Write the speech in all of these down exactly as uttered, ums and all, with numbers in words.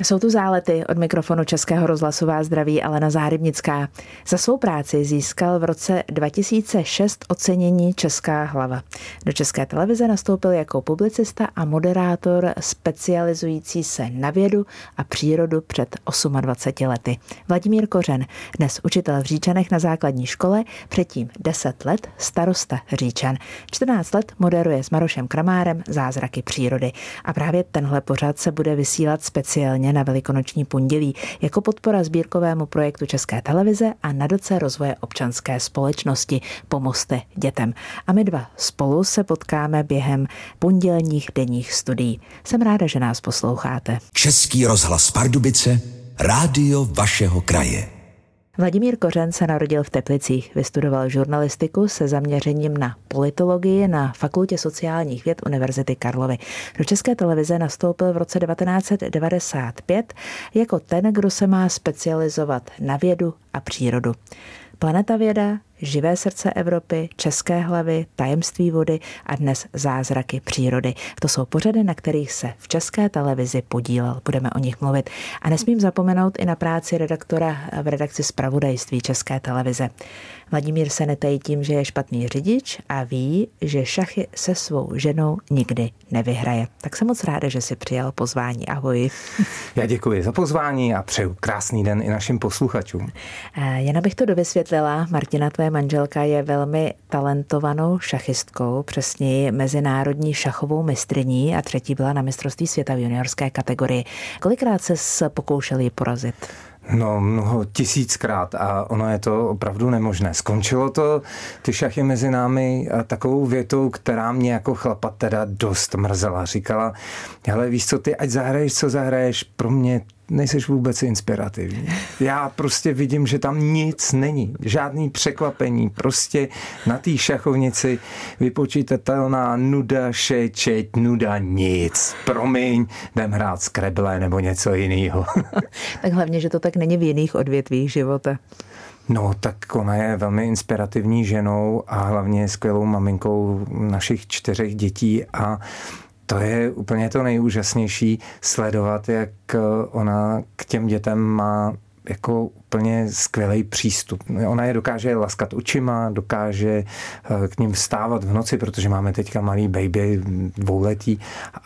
Jsou tu zálety. Od mikrofonu Českého rozhlasu vás zdraví Alena Záhybnická. Za svou práci získal v roce dva tisíce šest ocenění Česká hlava. Do České televize nastoupil jako publicista a moderátor specializující se na vědu a přírodu před dvaceti osmi lety. Vladimír Kořen, dnes učitel v Říčanech na základní škole, předtím deset let starosta Říčan. čtrnáct let moderuje s Marošem Kramárem Zázraky přírody. A právě tenhle pořad se bude vysílat speciálně na Velikonoční pondělí jako podpora sbírkovému projektu České televize a nadace rozvoje občanské společnosti Pomozte dětem. A my dva spolu se potkáme během pondělních denních studií. Jsem ráda, že nás posloucháte. Český rozhlas Pardubice, rádio vašeho kraje. Vladimír Kořen se narodil v Teplicích, vystudoval žurnalistiku se zaměřením na politologii na Fakultě sociálních věd Univerzity Karlovy. Do České televize nastoupil v roce devatenáct set devadesát pět jako ten, kdo se má specializovat na vědu a přírodu. Planeta věda, Živé srdce Evropy, České hlavy, Tajemství vody a dnes Zázraky přírody. To jsou pořady, na kterých se v České televizi podílel. Budeme o nich mluvit. A nesmím zapomenout i na práci redaktora v redakci zpravodajství České televize. Vladimír se netají tím, že je špatný řidič a ví, že šachy se svou ženou nikdy nevyhraje. Tak jsem moc ráda, že si přijal pozvání. Ahoj. Já děkuji za pozvání a přeju krásný den i našim posluchačům. Jen abych to dovysvětlila, Martina, tvoje manželka je velmi talentovanou šachistkou, přesněji mezinárodní šachovou mistryní a třetí byla na mistrovství světa v juniorské kategorii. Kolikrát ses pokoušel ji porazit? No, mnoho tisíckrát a ono je to opravdu nemožné. Skončilo to ty šachy mezi námi takovou větou, která mě jako chlapa teda dost mrzela. Říkala, hele, víš co, ty ať zahraješ, co zahraješ, pro mě nejseš vůbec inspirativní. Já prostě vidím, že tam nic není. Žádný překvapení. Prostě na té šachovnici vypočítatelná nuda, šečeť, nuda, nic. Promiň, jdem hrát Scrabble nebo něco jiného. Tak hlavně, že to tak není v jiných odvětvích života. No, tak ona je velmi inspirativní ženou a hlavně skvělou maminkou našich čtyřech dětí a to je úplně to nejúžasnější sledovat, jak ona k těm dětem má jako úplně skvělý přístup. Ona je dokáže laskat očima, dokáže k ním vstávat v noci, protože máme teďka malý baby dvouletý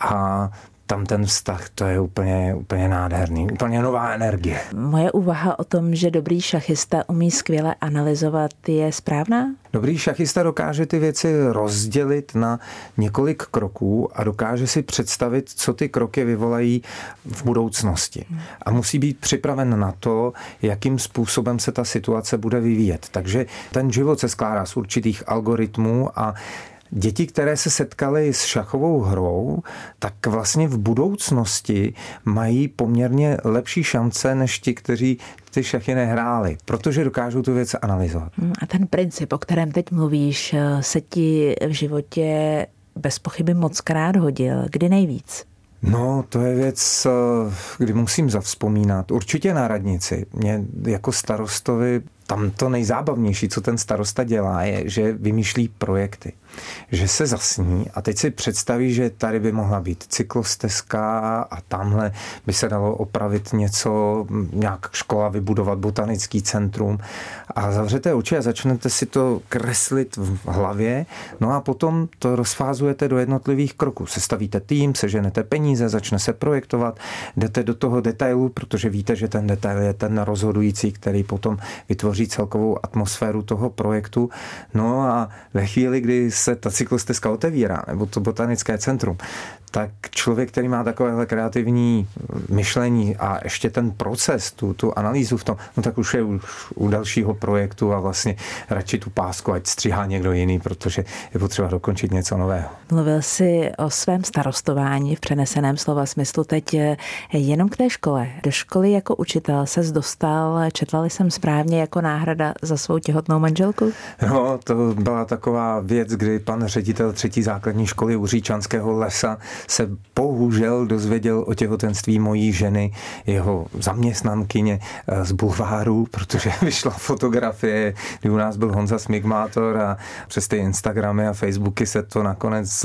a tam ten vztah, to je úplně, úplně nádherný, úplně nová energie. Moje úvaha o tom, že dobrý šachista umí skvěle analyzovat, je správná? Dobrý šachista dokáže ty věci rozdělit na několik kroků a dokáže si představit, co ty kroky vyvolají v budoucnosti. A musí být připraven na to, jakým způsobem se ta situace bude vyvíjet. Takže ten život se skládá z určitých algoritmů a děti, které se setkaly s šachovou hrou, tak vlastně v budoucnosti mají poměrně lepší šance než ti, kteří ty šachy nehráli, protože dokážou tu věc analyzovat. A ten princip, o kterém teď mluvíš, se ti v životě bez pochyby mockrát hodil. Kdy nejvíc? No, to je věc, kdy musím zavzpomínat. Určitě na radnici. Mě jako starostovi tam to nejzábavnější, co ten starosta dělá, je, že vymýšlí projekty. Že se zasní a teď si představí, že tady by mohla být cyklostezka a tamhle by se dalo opravit něco, nějak škola vybudovat, botanický centrum a zavřete oči a začnete si to kreslit v hlavě, no a potom to rozfázujete do jednotlivých kroků. Sestavíte tým, seženete peníze, začne se projektovat, jdete do toho detailu, protože víte, že ten detail je ten rozhodující, který potom vytvoří celkovou atmosféru toho projektu. No a ve chvíli, kdy se ta cyklostezka otevírá, nebo to botanické centrum, tak člověk, který má takovéhle kreativní myšlení a ještě ten proces, tu, tu analýzu v tom, no tak už je už u dalšího projektu a vlastně radši tu pásku, ať stříhá někdo jiný, protože je potřeba dokončit něco nového. Mluvil jsi o svém starostování v přeneseném slova smyslu teď jenom k té škole. Do školy jako učitel ses dostal, četla jsem správně, jako náhrada za svou těhotnou manželku? No, to byla taková věc, kdy pan ředitel třetí základní školy u Říčanského lesa se bohužel dozvěděl o těhotenství mojí ženy, jeho zaměstnankyně z bulváru, protože vyšla fotografie, kdy u nás byl Honza Smigmátor a přes ty Instagramy a Facebooky se to nakonec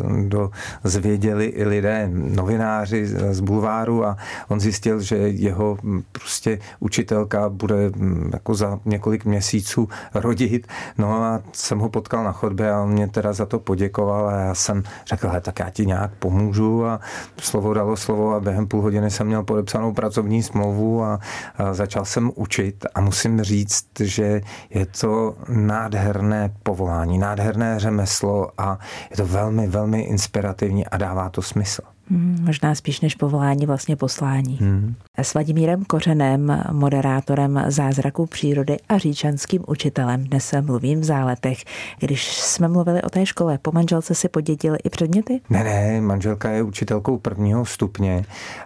dozvěděli i lidé, novináři z bulváru a on zjistil, že jeho prostě učitelka bude jako za několik měsíců rodit. No a jsem ho potkal na chodbě a on mě teda za to poděkoval a já jsem řekl, hele, tak já ti nějak pomůžu a slovo dalo slovo a během půl hodiny jsem měl podepsanou pracovní smlouvu a, a začal jsem učit a musím říct, že je to nádherné povolání, nádherné řemeslo a je to velmi, velmi inspirativní a dává to smysl. Hmm, možná spíš než povolání, vlastně poslání. Hmm. S Vladimírem Kořenem, moderátorem Zázraků přírody a říčanským učitelem, dnes mluvím v Záletech. Když jsme mluvili o té škole, po manželce si podědil i předměty? Ne, ne, manželka je učitelkou prvního stupně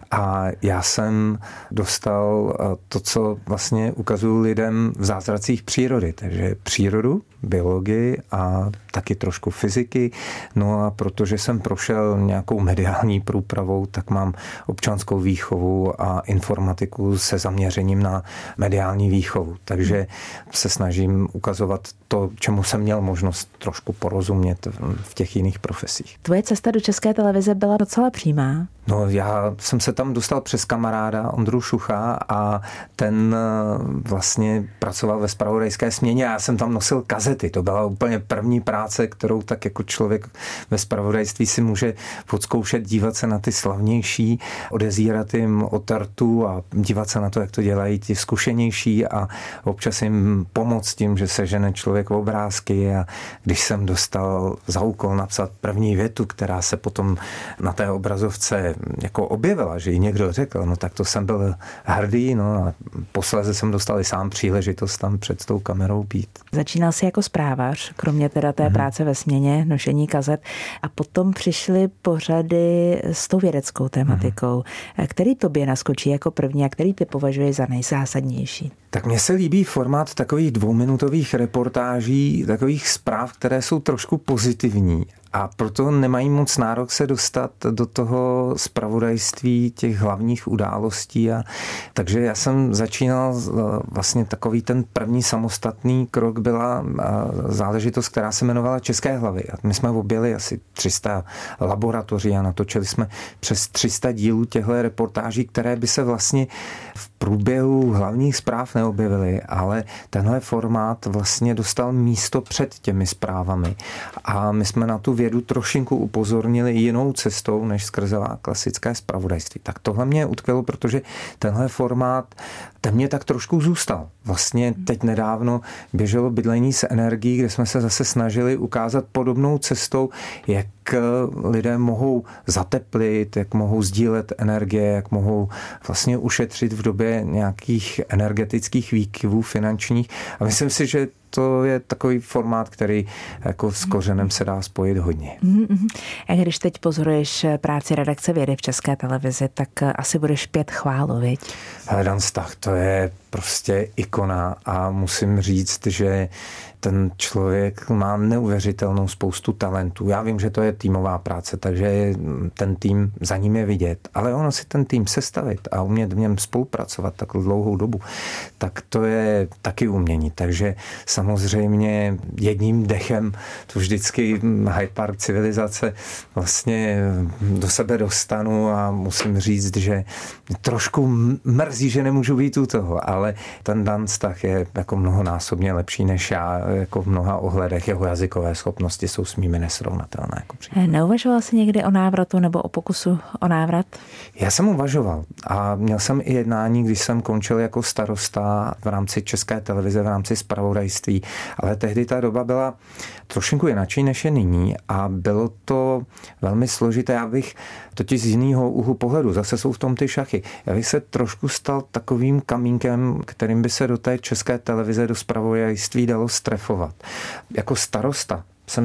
a já jsem dostal to, co vlastně ukazuju lidem v Zázracích přírody, takže přírodu, biologii a taky trošku fyziky. No a protože jsem prošel nějakou mediální průpravou, tak mám občanskou výchovu a informatiku se zaměřením na mediální výchovu. Takže se snažím ukazovat to, čemu jsem měl možnost trošku porozumět v těch jiných profesích. Tvoje cesta do České televize byla docela přímá. No, já jsem se tam dostal přes kamaráda Ondru Šucha a ten vlastně pracoval ve zpravodajské směně. Já jsem tam nosil kazety. To byla úplně první práce, kterou tak jako člověk ve zpravodajství si může podzkoušet, dívat se na ty slavnější, odezírat jim o tartu a dívat se na to, jak to dělají ti zkušenější a občas jim pomoct tím, že sežene člověk obrázky a když jsem dostal za úkol napsat první větu, která se potom na té obrazovce jako objevila, že ji někdo řekl, no tak to jsem byl hrdý, no a posléze jsem dostal i sám příležitost tam před tou kamerou být. Začínal jsi jako zprávař, kromě teda té hmm. práce ve směně, nošení kazet a potom přišly pořady s tou vědeckou tematikou. Hmm. Který tobě naskočí jako první a který ty považuješ za nejzásadnější? Tak mně se líbí formát takových dvouminutových reportáží, takových zpráv, které jsou trošku pozitivní a proto nemají moc nárok se dostat do toho zpravodajství těch hlavních událostí. A, takže já jsem začínal vlastně takový ten první samostatný krok byla záležitost, která se jmenovala České hlavy. A my jsme objeli asi tři sta laboratoří a natočili jsme přes tři sta dílů těchto reportáží, které by se vlastně v průběhu hlavních zpráv neobjevily, ale tenhle formát vlastně dostal místo před těmi zprávami. A my jsme na tu vědu trošinku upozornili jinou cestou, než skrze klasické zpravodajství. Tak tohle mě utkvělo, protože tenhle formát, ten mě tak trošku zůstal. Vlastně teď nedávno běželo Bydlení s energií, kde jsme se zase snažili ukázat podobnou cestou, jak lidé mohou zateplit, jak mohou sdílet energie, jak mohou vlastně ušetřit v době nějakých energetických výkyvů finančních. A myslím si, že to je takový formát, který jako s Kořenem se dá spojit hodně. Mm-hmm. A když teď pozoruješ práci redakce Vědy v České televizi, tak asi budeš pět chválu, viď? Dan Stach, to je prostě ikona a musím říct, že ten člověk má neuvěřitelnou spoustu talentů. Já vím, že to je týmová práce, takže ten tým za ním je vidět, ale ono si ten tým sestavit a umět v něm spolupracovat takovou dlouhou dobu, tak to je taky umění. Takže samozřejmě jedním dechem to vždycky Hyde Park civilizace vlastně do sebe dostanu a musím říct, že trošku mrzí, že nemůžu být u toho, ale ten Dan Stach je jako mnohonásobně lepší než já, jako v mnoha ohledech. Jeho jazykové schopnosti jsou s mými nesrovnatelné. Jako Neuvažoval jsi někdy o návratu nebo o pokusu o návrat? Já jsem uvažoval a měl jsem i jednání, když jsem končil jako starosta v rámci České televize, v rámci zpravodajství, ale tehdy ta doba byla trošinku jinačí, než je nyní a bylo to velmi složité. Já bych totiž z jiného úhlu pohledu, zase jsou v tom ty šachy, já bych se trošku stal takovým kamínkem, kterým by se do té České televize, do zpravodajství dalo strefovat. Jako starosta jsem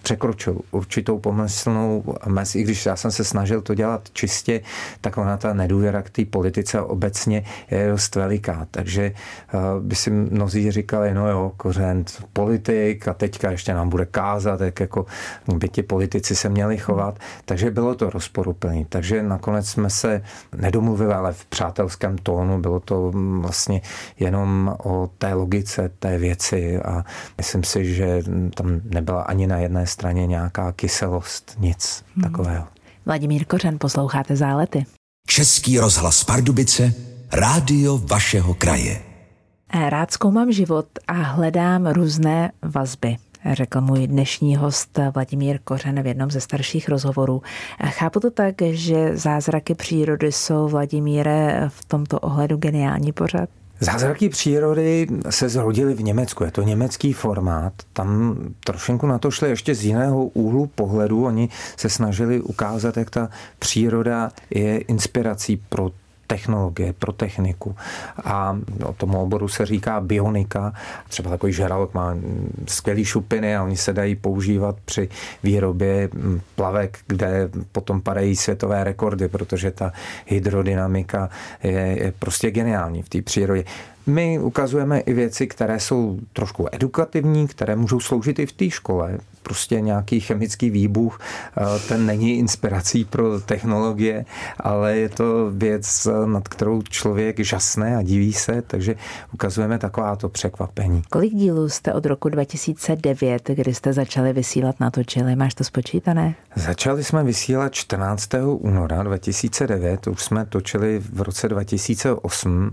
překročil určitou pomyslnou mez, i když já jsem se snažil to dělat čistě, tak ona ta nedůvěra k té politice obecně je dost veliká. Takže by si mnozí říkali, no jo, Kořen, politik a teďka ještě nám bude kázat, jak jako by ti politici se měli chovat. Takže bylo to rozporuplný. Takže nakonec jsme se nedomluvili, ale v přátelském tónu. Bylo to vlastně jenom o té logice té věci a myslím si, že tam nebyla ani na jedné straně nějaká kyselost, nic hmm. takového. Vladimír Kořen, posloucháte Zálety. Český rozhlas Pardubice, rádio vašeho kraje. Rád zkoumám život a hledám různé vazby, řekl můj dnešní host Vladimír Kořen v jednom ze starších rozhovorů. Chápu to tak, že Zázraky přírody jsou, Vladimíre, v tomto ohledu geniální pořad? Zázraky přírody se zrodily v Německu. Je to německý formát. Tam trošinku na to šli ještě z jiného úhlu pohledu. Oni se snažili ukázat, jak ta příroda je inspirací pro technologie, pro techniku. A o tomu oboru se říká bionika. Třeba takový žralok má skvělý šupiny a oni se dají používat při výrobě plavek, kde potom padají světové rekordy, protože ta hydrodynamika je, je prostě geniální v té přírodě. My ukazujeme i věci, které jsou trošku edukativní, které můžou sloužit i v té škole. Prostě nějaký chemický výbuch, ten není inspirací pro technologie, ale je to věc, nad kterou člověk žasne a diví se, takže ukazujeme takováto překvapení. Kolik dílů jste od roku dva tisíce devět, kdy jste začali vysílat, natočili? Máš to spočítané? Začali jsme vysílat čtrnáctého února dva tisíce devět, už jsme točili v roce dva tisíce osm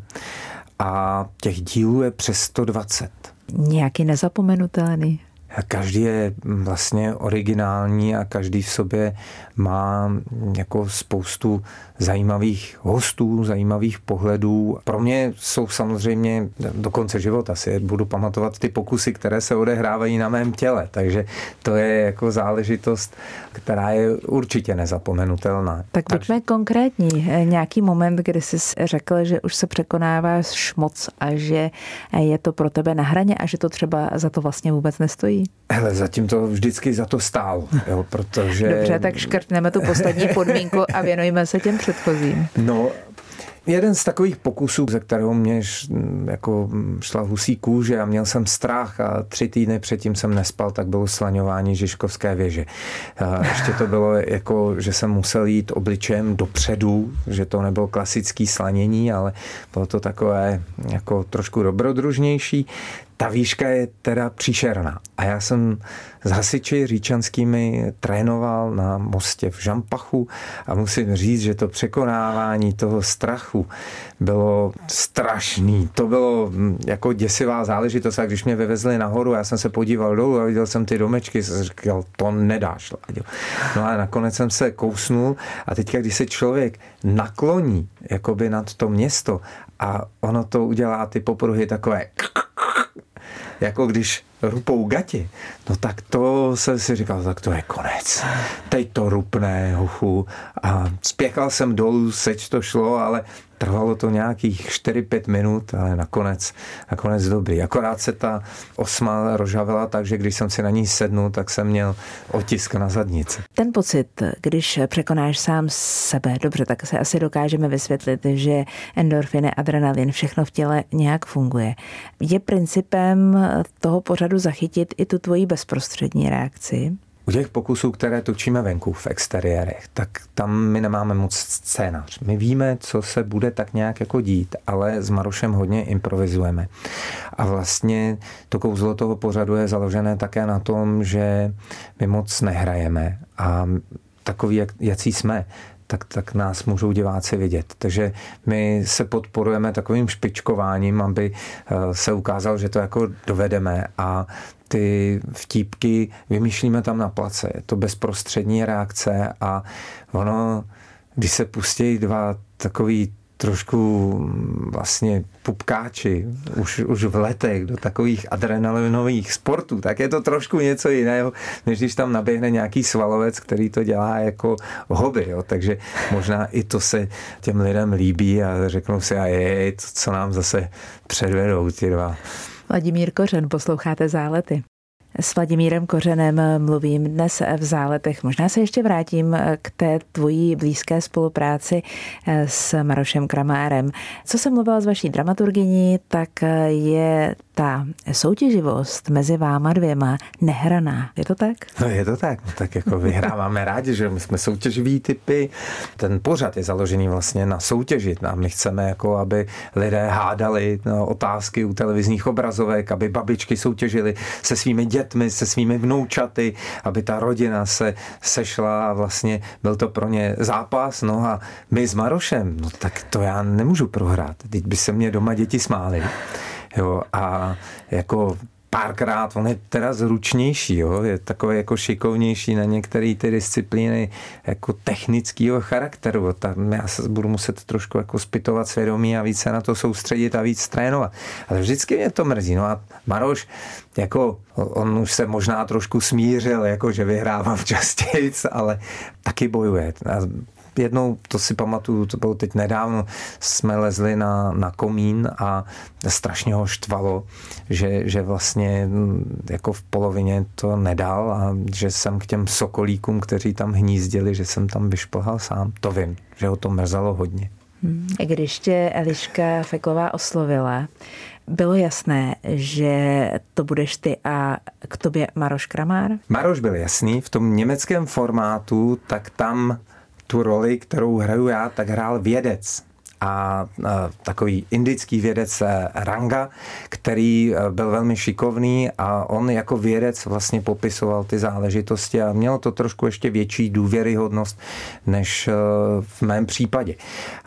a těch dílů je přes sto dvacet. Nějaký nezapomenutelný? Každý je vlastně originální a každý v sobě má jako spoustu zajímavých hostů, zajímavých pohledů. Pro mě jsou samozřejmě do konce života si budu pamatovat ty pokusy, které se odehrávají na mém těle, takže to je jako záležitost, která je určitě nezapomenutelná. Tak buďme konkrétní. Nějaký moment, kdy jsi řekl, že už se překonáváš moc a že je to pro tebe na hraně a že to třeba za to vlastně vůbec nestojí? Hele, zatím to vždycky za to stálo, jo, protože... Dobře, tak škrtneme tu poslední podmínku a věnujeme se těm předchozím. No, jeden z takových pokusů, ze kterého mě jako šla husí kůže a měl jsem strach a tři týdny předtím jsem nespal, tak bylo slaňování Žižkovské věže. Ještě to bylo jako, že jsem musel jít obličejem dopředu, že to nebylo klasický slanění, ale bylo to takové jako trošku dobrodružnější. Ta výška je teda příšerná. A já jsem s hasiči říčanskými trénoval na mostě v Žampachu a musím říct, že to překonávání toho strachu bylo strašný. To bylo jako děsivá záležitost. A když mě vyvezli nahoru, já jsem se podíval dolů a viděl jsem ty domečky, jsem říkal, to nedáš. No a nakonec jsem se kousnul a teďka, když se člověk nakloní jakoby nad to město a ono to udělá ty popruhy takové jako když rupou gati, no tak to jsem si říkal, tak to je konec. Teď to rupne, huchu. A spěchal jsem dolů, seč to šlo, ale trvalo to nějakých čtyři pět minut, ale nakonec, nakonec dobrý. Akorát se ta osma rozžavila tak, že když jsem si na ní sednul, tak jsem měl otisk na zadnici. Ten pocit, když překonáš sám sebe, dobře, tak se asi dokážeme vysvětlit, že endorfiny, adrenalin, všechno v těle nějak funguje. Je principem toho pořadu zachytit i tu tvoji bezprostřední reakci? U těch pokusů, které točíme venku v exteriérech, tak tam my nemáme moc scénář. My víme, co se bude tak nějak jako dít, ale s Marošem hodně improvizujeme. A vlastně to kouzlo toho pořadu je založené také na tom, že my moc nehrajeme a takový, jak, jací jsme, tak, tak nás můžou diváci vidět. Takže my se podporujeme takovým špičkováním, aby se ukázalo, že to jako dovedeme a ty vtípky vymýšlíme tam na place. Je to bezprostřední reakce a ono, když se pustí dva takový trošku vlastně pupkáči už, už v letech do takových adrenalinových sportů, tak je to trošku něco jiného, než když tam naběhne nějaký svalovec, který to dělá jako hobby. Jo. Takže možná i to se těm lidem líbí a řeknou si, a jej, to, co nám zase předvedou ti dva. Vladimír Kořen, posloucháte Zálety. S Vladimírem Kořenem mluvím dnes v Záletech. Možná se ještě vrátím k té tvojí blízké spolupráci s Marošem Kramárem. Co jsem mluvila s vaší dramaturgyní, tak je ta soutěživost mezi váma dvěma nehraná. Je to tak? No je to tak. No, tak jako vyhráváme rádi, že my jsme soutěživí typy. Ten pořad je založený vlastně na soutěži. A my chceme, jako aby lidé hádali no, otázky u televizních obrazovek, aby babičky soutěžily se svými dětmi, se svými vnoučaty, aby ta rodina se sešla a vlastně byl to pro ně zápas. No a my s Marošem, no tak to já nemůžu prohrát. Teď by se mě doma děti smály. Jo, a jako párkrát, on je teda zručnější, jo, je takový jako šikovnější na některé ty disciplíny jako technického charakteru. Tam já se budu muset trošku jako zpytovat svědomí a víc se na to soustředit a víc trénovat. Ale vždycky mě to mrzí. No a Maroš, jako on už se možná trošku smířil, jako že vyhrávám častěji, ale taky bojuje. Jednou, to si pamatuju, to bylo teď nedávno, jsme lezli na, na komín a strašně ho štvalo, že, že vlastně jako v polovině to nedal a že jsem k těm sokolíkům, kteří tam hnízdili, že jsem tam vyšplhal sám. To vím, že ho to mrzelo hodně. Když tě Eliška Feklová oslovila, bylo jasné, že to budeš ty a k tobě Maroš Kramár? Maroš byl jasný, v tom německém formátu, tak tam tu roli, kterou hraju já, tak hrál vědec. A, a takový indický vědec Ranga, který byl velmi šikovný a on jako vědec vlastně popisoval ty záležitosti a mělo to trošku ještě větší důvěryhodnost než v mém případě.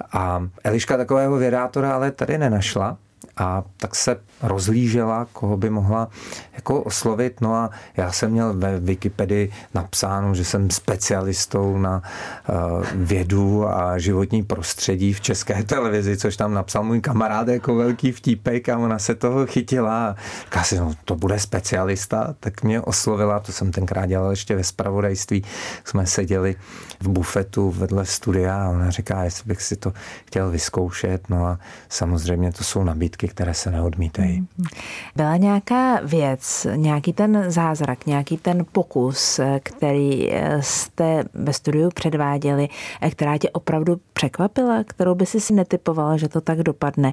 A Eliška takového vědátora ale tady nenašla. A tak se rozhlížela, koho by mohla jako oslovit. No a já jsem měl ve Wikipedii napsáno, že jsem specialistou na uh, vědu a životní prostředí v České televizi, což tam napsal můj kamarád jako velký vtípek a ona se toho chytila. Říká si, no to bude specialista, tak mě oslovila, to jsem tenkrát dělal ještě ve zpravodajství, jsme seděli v bufetu vedle studia a ona říká, jestli bych si to chtěl vyzkoušet. No a samozřejmě to jsou nabídky, které se neodmítají. Byla nějaká věc, nějaký ten zázrak, nějaký ten pokus, který jste ve studiu předváděli, která tě opravdu překvapila, kterou by si si netypovala, že to tak dopadne?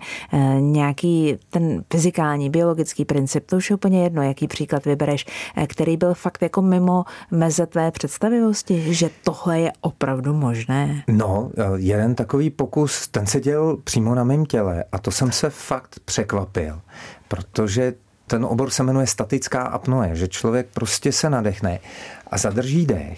Nějaký ten fyzikální, biologický princip, to už je úplně jedno, jaký příklad vybereš, který byl fakt jako mimo meze tvé představivosti, že tohle je opravdu možné? No, jeden takový pokus, ten se děl přímo na mém těle a to jsem se fakt překvapil, protože ten obor se jmenuje statická apnoe, že člověk prostě se nadechne a zadrží dech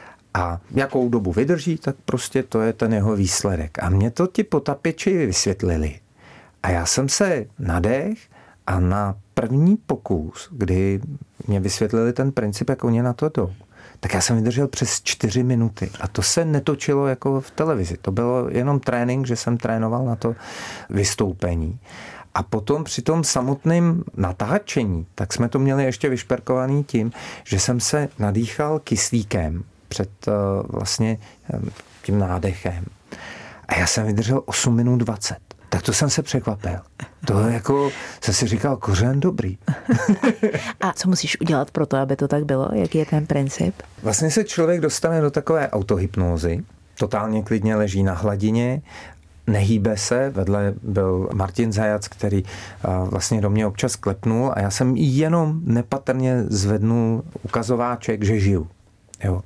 a jakou dobu vydrží, tak prostě to je ten jeho výsledek. A mě to ti potapěči vysvětlili. A já jsem se nadech a na první pokus, kdy mě vysvětlili ten princip, jak oni na to jdou, tak já jsem vydržel přes čtyři minuty. A to se netočilo jako v televizi. To bylo jenom trénink, že jsem trénoval na to vystoupení. A potom při tom samotném natáčení, tak jsme to měli ještě vyšperkovaný tím, že jsem se nadýchal kyslíkem před vlastně tím nádechem. A já jsem vydržel osm minut dvacet. Tak to jsem se překvapil. To jako, jsem si říkal, Kořen dobrý. A co musíš udělat pro to, aby to tak bylo? Jaký je ten princip? Vlastně se člověk dostane do takové autohypnózy, totálně klidně leží na hladině, nehýbe se, vedle byl Martin Zajac, který vlastně do mě občas klepnul a já jsem jenom nepatrně zvednul ukazováček, že žiju. Jo.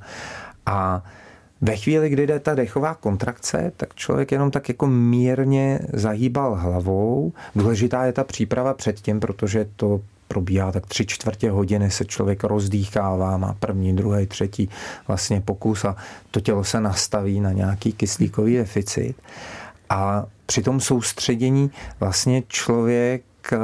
A ve chvíli, kdy jde ta dechová kontrakce, tak člověk jenom tak jako mírně zahýbal hlavou. Důležitá je ta příprava předtím, protože to probíhá tak tři čtvrtě hodiny, se člověk rozdýchává, má první, druhý, třetí vlastně pokus a to tělo se nastaví na nějaký kyslíkový deficit. A při tom soustředění vlastně člověk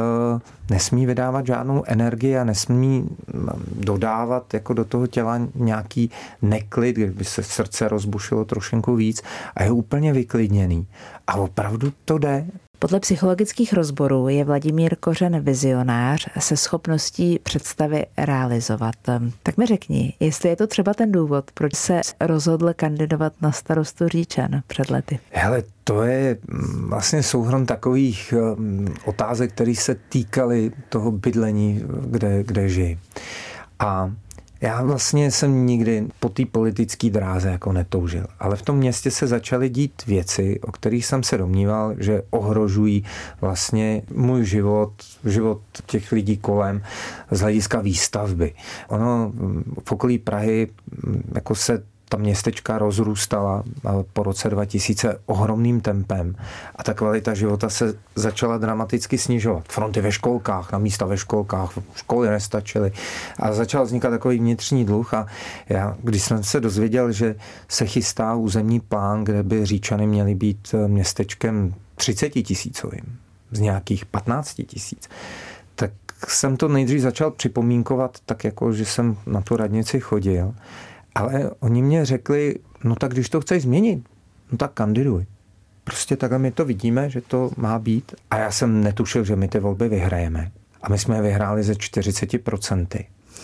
nesmí vydávat žádnou energii a nesmí dodávat jako do toho těla nějaký neklid, kdyby se srdce rozbušilo trošinku víc a je úplně vyklidněný. A opravdu to jde. Podle psychologických rozborů je Vladimír Kořen vizionář se schopností představy realizovat. Tak mi řekni, jestli je to třeba ten důvod, proč se rozhodl kandidovat na starostu Říčan před lety? Hele, to je vlastně souhrn takových otázek, které se týkaly toho bydlení, kde, kde žiji. A já vlastně jsem nikdy po té politické dráze jako netoužil, ale v tom městě se začaly dít věci, o kterých jsem se domníval, že ohrožují vlastně můj život, život těch lidí kolem z hlediska výstavby. Ono v okolí Prahy jako se ta městečka rozrůstala po roce dva tisíce ohromným tempem a ta kvalita života se začala dramaticky snižovat. Fronty ve školkách, na místa ve školkách, školy nestačily a začal vznikat takový vnitřní dluh a já, když jsem se dozvěděl, že se chystá územní plán, kde by Říčany měly být městečkem třicetitisícovým z nějakých patnácti tisíc, tak jsem to nejdřív začal připomínkovat tak jako, že jsem na tu radnici chodil. Ale oni mě řekli, no tak když to chceš změnit, no tak kandiduj. Prostě takhle my to vidíme, že to má být. A já jsem netušil, že my ty volby vyhrajeme. A my jsme je vyhráli ze čtyřicet procent.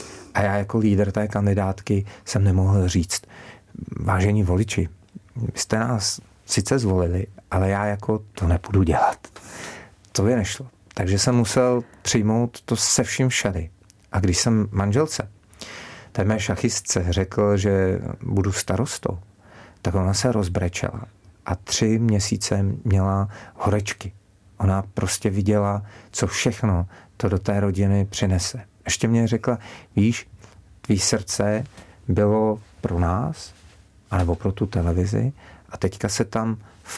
A já jako lídr té kandidátky jsem nemohl říct, vážení voliči, vy jste nás sice zvolili, ale já jako to nepůjdu dělat. To by nešlo. Takže jsem musel přijmout to se vším všady. A když jsem manželce té mé šachistce řekl, že budu starostou, tak ona se rozbrečela a tři měsíce měla horečky. Ona prostě viděla, co všechno to do té rodiny přinese. Ještě mě řekla, víš, tvý srdce bylo pro nás, anebo pro tu televizi a teďka se tam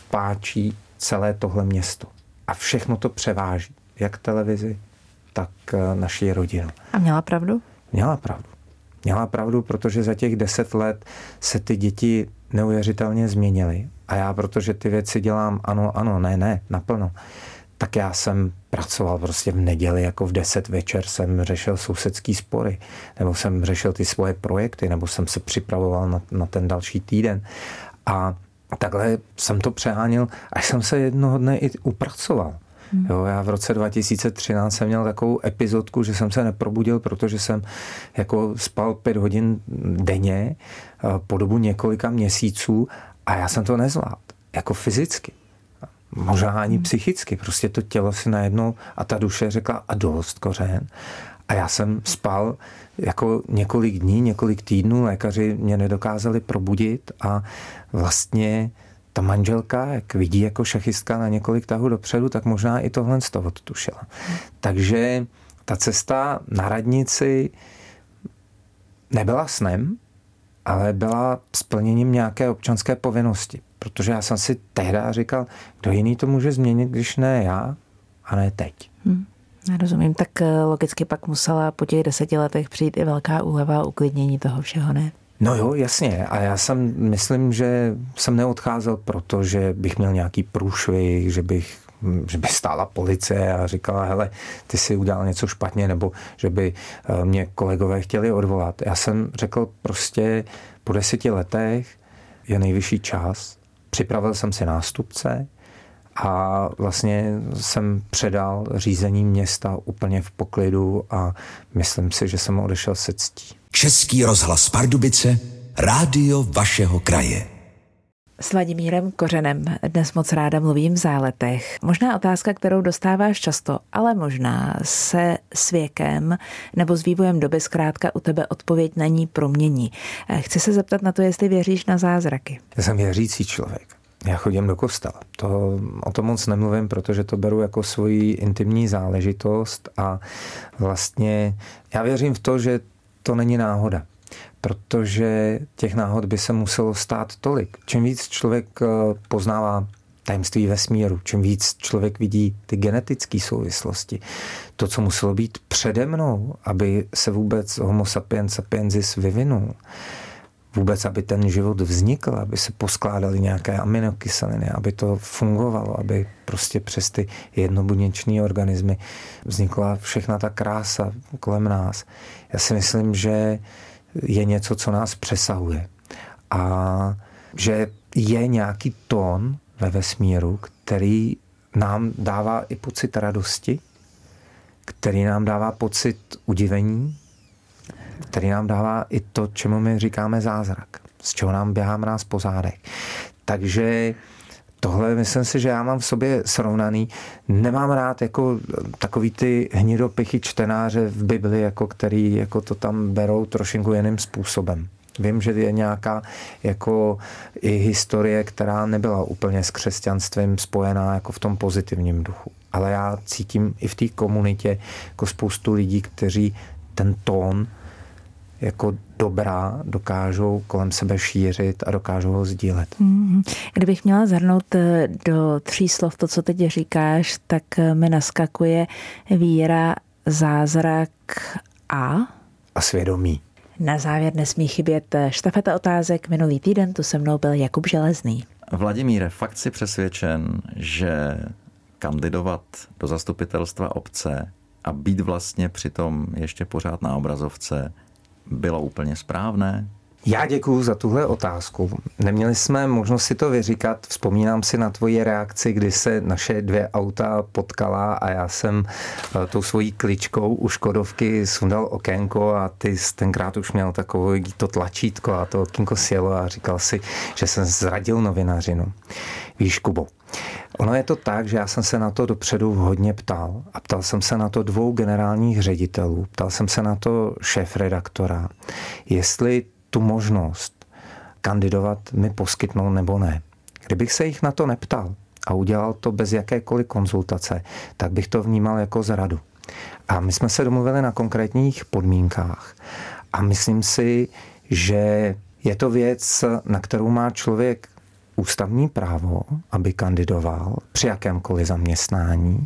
vpáčí celé tohle město. A všechno to převáží, jak televizi, tak naši rodinu. A měla pravdu? Měla pravdu. Měla pravdu, protože za těch deset let se ty děti neuvěřitelně změnily. A já, protože ty věci dělám ano, ano, ne, ne, naplno, tak já jsem pracoval prostě v neděli, jako v deset večer jsem řešil sousedský spory, nebo jsem řešil ty svoje projekty, nebo jsem se připravoval na, na ten další týden. A takhle jsem to přeháněl, až jsem se jednoho dne i upracoval. Jo, já v roce dva tisíce třináct jsem měl takovou epizodku, že jsem se neprobudil, protože jsem jako spal pět hodin denně po dobu několika měsíců a já jsem to nezvládl. Jako fyzicky. Možná ani psychicky. Prostě to tělo si najednou a ta duše řekla a dost kořen. A já jsem spal jako několik dní, několik týdnů, lékaři mě nedokázali probudit a vlastně ta manželka, jak vidí jako šachistka na několik tahů dopředu, tak možná i tohle z toho odtušila. Takže ta cesta na radnici nebyla snem, ale byla splněním nějaké občanské povinnosti. Protože já jsem si tehdy říkal, kdo jiný to může změnit, když ne já a ne teď. Hmm. Rozumím, tak logicky pak musela po těch deseti letech přijít i velká úleva a uklidnění toho všeho, ne? No jo, jasně. A já jsem, myslím, že jsem neodcházel proto, že bych měl nějaký průšvih, že bych, že by stála policie a říkala, hele, ty si udělal něco špatně, nebo že by mě kolegové chtěli odvolat. Já jsem řekl prostě po deseti letech je nejvyšší čas. Připravil jsem si nástupce a vlastně jsem předal řízení města úplně v poklidu a myslím si, že jsem odešel se ctí. Český rozhlas Pardubice, rádio vašeho kraje. S Vladimírem Kořenem dnes moc ráda mluvím v záletech. Možná otázka, kterou dostáváš často, ale možná se s věkem nebo s vývojem doby zkrátka u tebe odpověď na ní promění. Chci se zeptat na to, jestli věříš na zázraky. Já jsem věřící člověk. Já chodím do kostela. To, o tom moc nemluvím, protože to beru jako svoji intimní záležitost a vlastně já věřím v to, že to není náhoda, protože těch náhod by se muselo stát tolik. Čím víc člověk poznává tajemství vesmíru, čím víc člověk vidí ty genetické souvislosti, to, co muselo být přede mnou, aby se vůbec homo sapiens sapiensis vyvinul, vůbec, aby ten život vznikl, aby se poskládaly nějaké aminokyseliny, aby to fungovalo, aby prostě přes ty jednobuněčné organismy vznikla všechna ta krása kolem nás. Já si myslím, že je něco, co nás přesahuje. A že je nějaký tón ve vesmíru, který nám dává i pocit radosti, který nám dává pocit udivení, který nám dává i to, čemu my říkáme zázrak, z čeho nám běhá mráz po zádech. Takže tohle myslím si, že já mám v sobě srovnaný. Nemám rád jako takový ty hnidopichy čtenáře v Bibli, jako který jako to tam berou trošinku jiným způsobem. Vím, že je nějaká jako i historie, která nebyla úplně s křesťanstvím spojená jako v tom pozitivním duchu. Ale já cítím i v té komunitě jako spoustu lidí, kteří ten tón jako dobrá dokážou kolem sebe šířit a dokážou ho sdílet. Kdybych měla zhrnout do tří slov to, co teď říkáš, tak mi naskakuje víra, zázrak a... A svědomí. Na závěr nesmí chybět štafeta otázek. Minulý týden tu se mnou byl Jakub Železný. Vladimíre, fakt si přesvědčen, že kandidovat do zastupitelstva obce a být vlastně přitom ještě pořád na obrazovce bylo úplně správné? Já děkuju za tuhle otázku. Neměli jsme možnost si to vyříkat. Vzpomínám si na tvoji reakci, kdy se naše dvě auta potkala a já jsem tou svojí kličkou u Škodovky sundal okénko a ty tenkrát už měl takové to tlačítko a to okénko sjelo a říkal si, že jsem zradil novinařinu. Víš, Kubo, ono je to tak, že já jsem se na to dopředu hodně ptal a ptal jsem se na to dvou generálních ředitelů, ptal jsem se na to šéfredaktora, jestli tu možnost kandidovat mi poskytnou nebo ne. Kdybych se jich na to neptal a udělal to bez jakékoliv konzultace, tak bych to vnímal jako zradu. A my jsme se domluvili na konkrétních podmínkách. A myslím si, že je to věc, na kterou má člověk ústavní právo, aby kandidoval při jakémkoliv zaměstnání.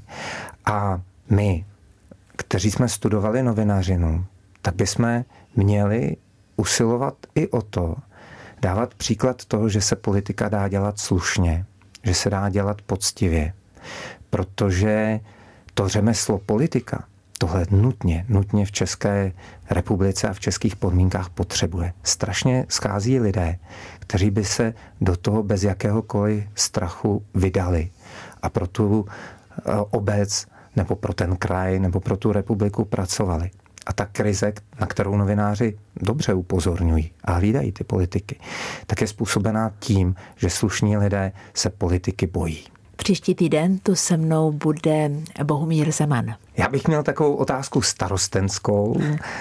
A my, kteří jsme studovali novinařinu, tak bychom měli usilovat i o to, dávat příklad toho, že se politika dá dělat slušně, že se dá dělat poctivě, protože to řemeslo politika tohle nutně, nutně v České republice a v českých podmínkách potřebuje. Strašně schází lidé, kteří by se do toho bez jakéhokoliv strachu vydali a pro tu obec nebo pro ten kraj nebo pro tu republiku pracovali. A ta krize, na kterou novináři dobře upozorňují a hlídají ty politiky, tak je způsobená tím, že slušní lidé se politiky bojí. Příští týden tu se mnou bude Bohumír Zeman. Já bych měl takovou otázku starostenskou.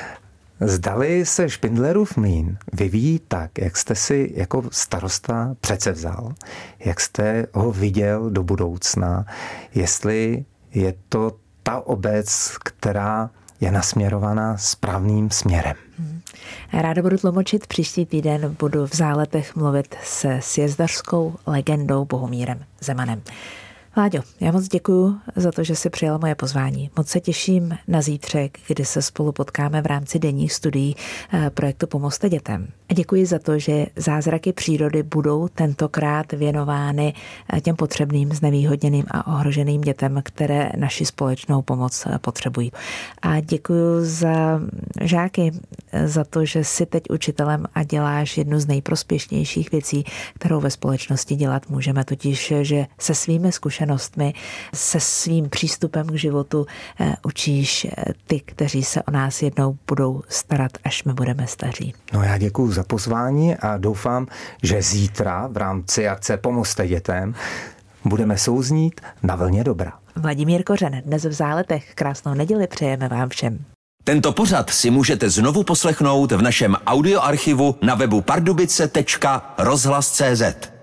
Zdali se Špindlerův mlýn vyvíjí tak, jak jste si jako starosta předsevzal, jak jste ho viděl do budoucna, jestli je to ta obec, která je nasměrovaná správným směrem. Ráda budu tlumočit. Příští týden budu v Záletech mluvit se sjezdařskou legendou Bohumírem Zemanem. Láďo, já moc děkuju za to, že jsi přijal moje pozvání. Moc se těším na zítřek, kdy se spolu potkáme v rámci denních studií projektu Pomozte dětem. A děkuji za to, že zázraky přírody budou tentokrát věnovány těm potřebným, znevýhodněným a ohroženým dětem, které naši společnou pomoc potřebují. A děkuji za žáky, za to, že jsi teď učitelem a děláš jednu z nejprospěšnějších věcí, kterou ve společnosti dělat můžeme, totiž, že se svými zkušenostmi, se svým přístupem k životu učíš ty, kteří se o nás jednou budou starat, až my budeme staří. No já děkuji za pozvání a doufám, že zítra v rámci akce Pomozte dětem budeme souznít na vlně dobra. Vladimír Kořen, dnes v Záletech. Krásnou neděli přejeme vám všem. Tento pořad si můžete znovu poslechnout v našem audioarchivu na webu pardubice tečka rozhlas tečka cé zet.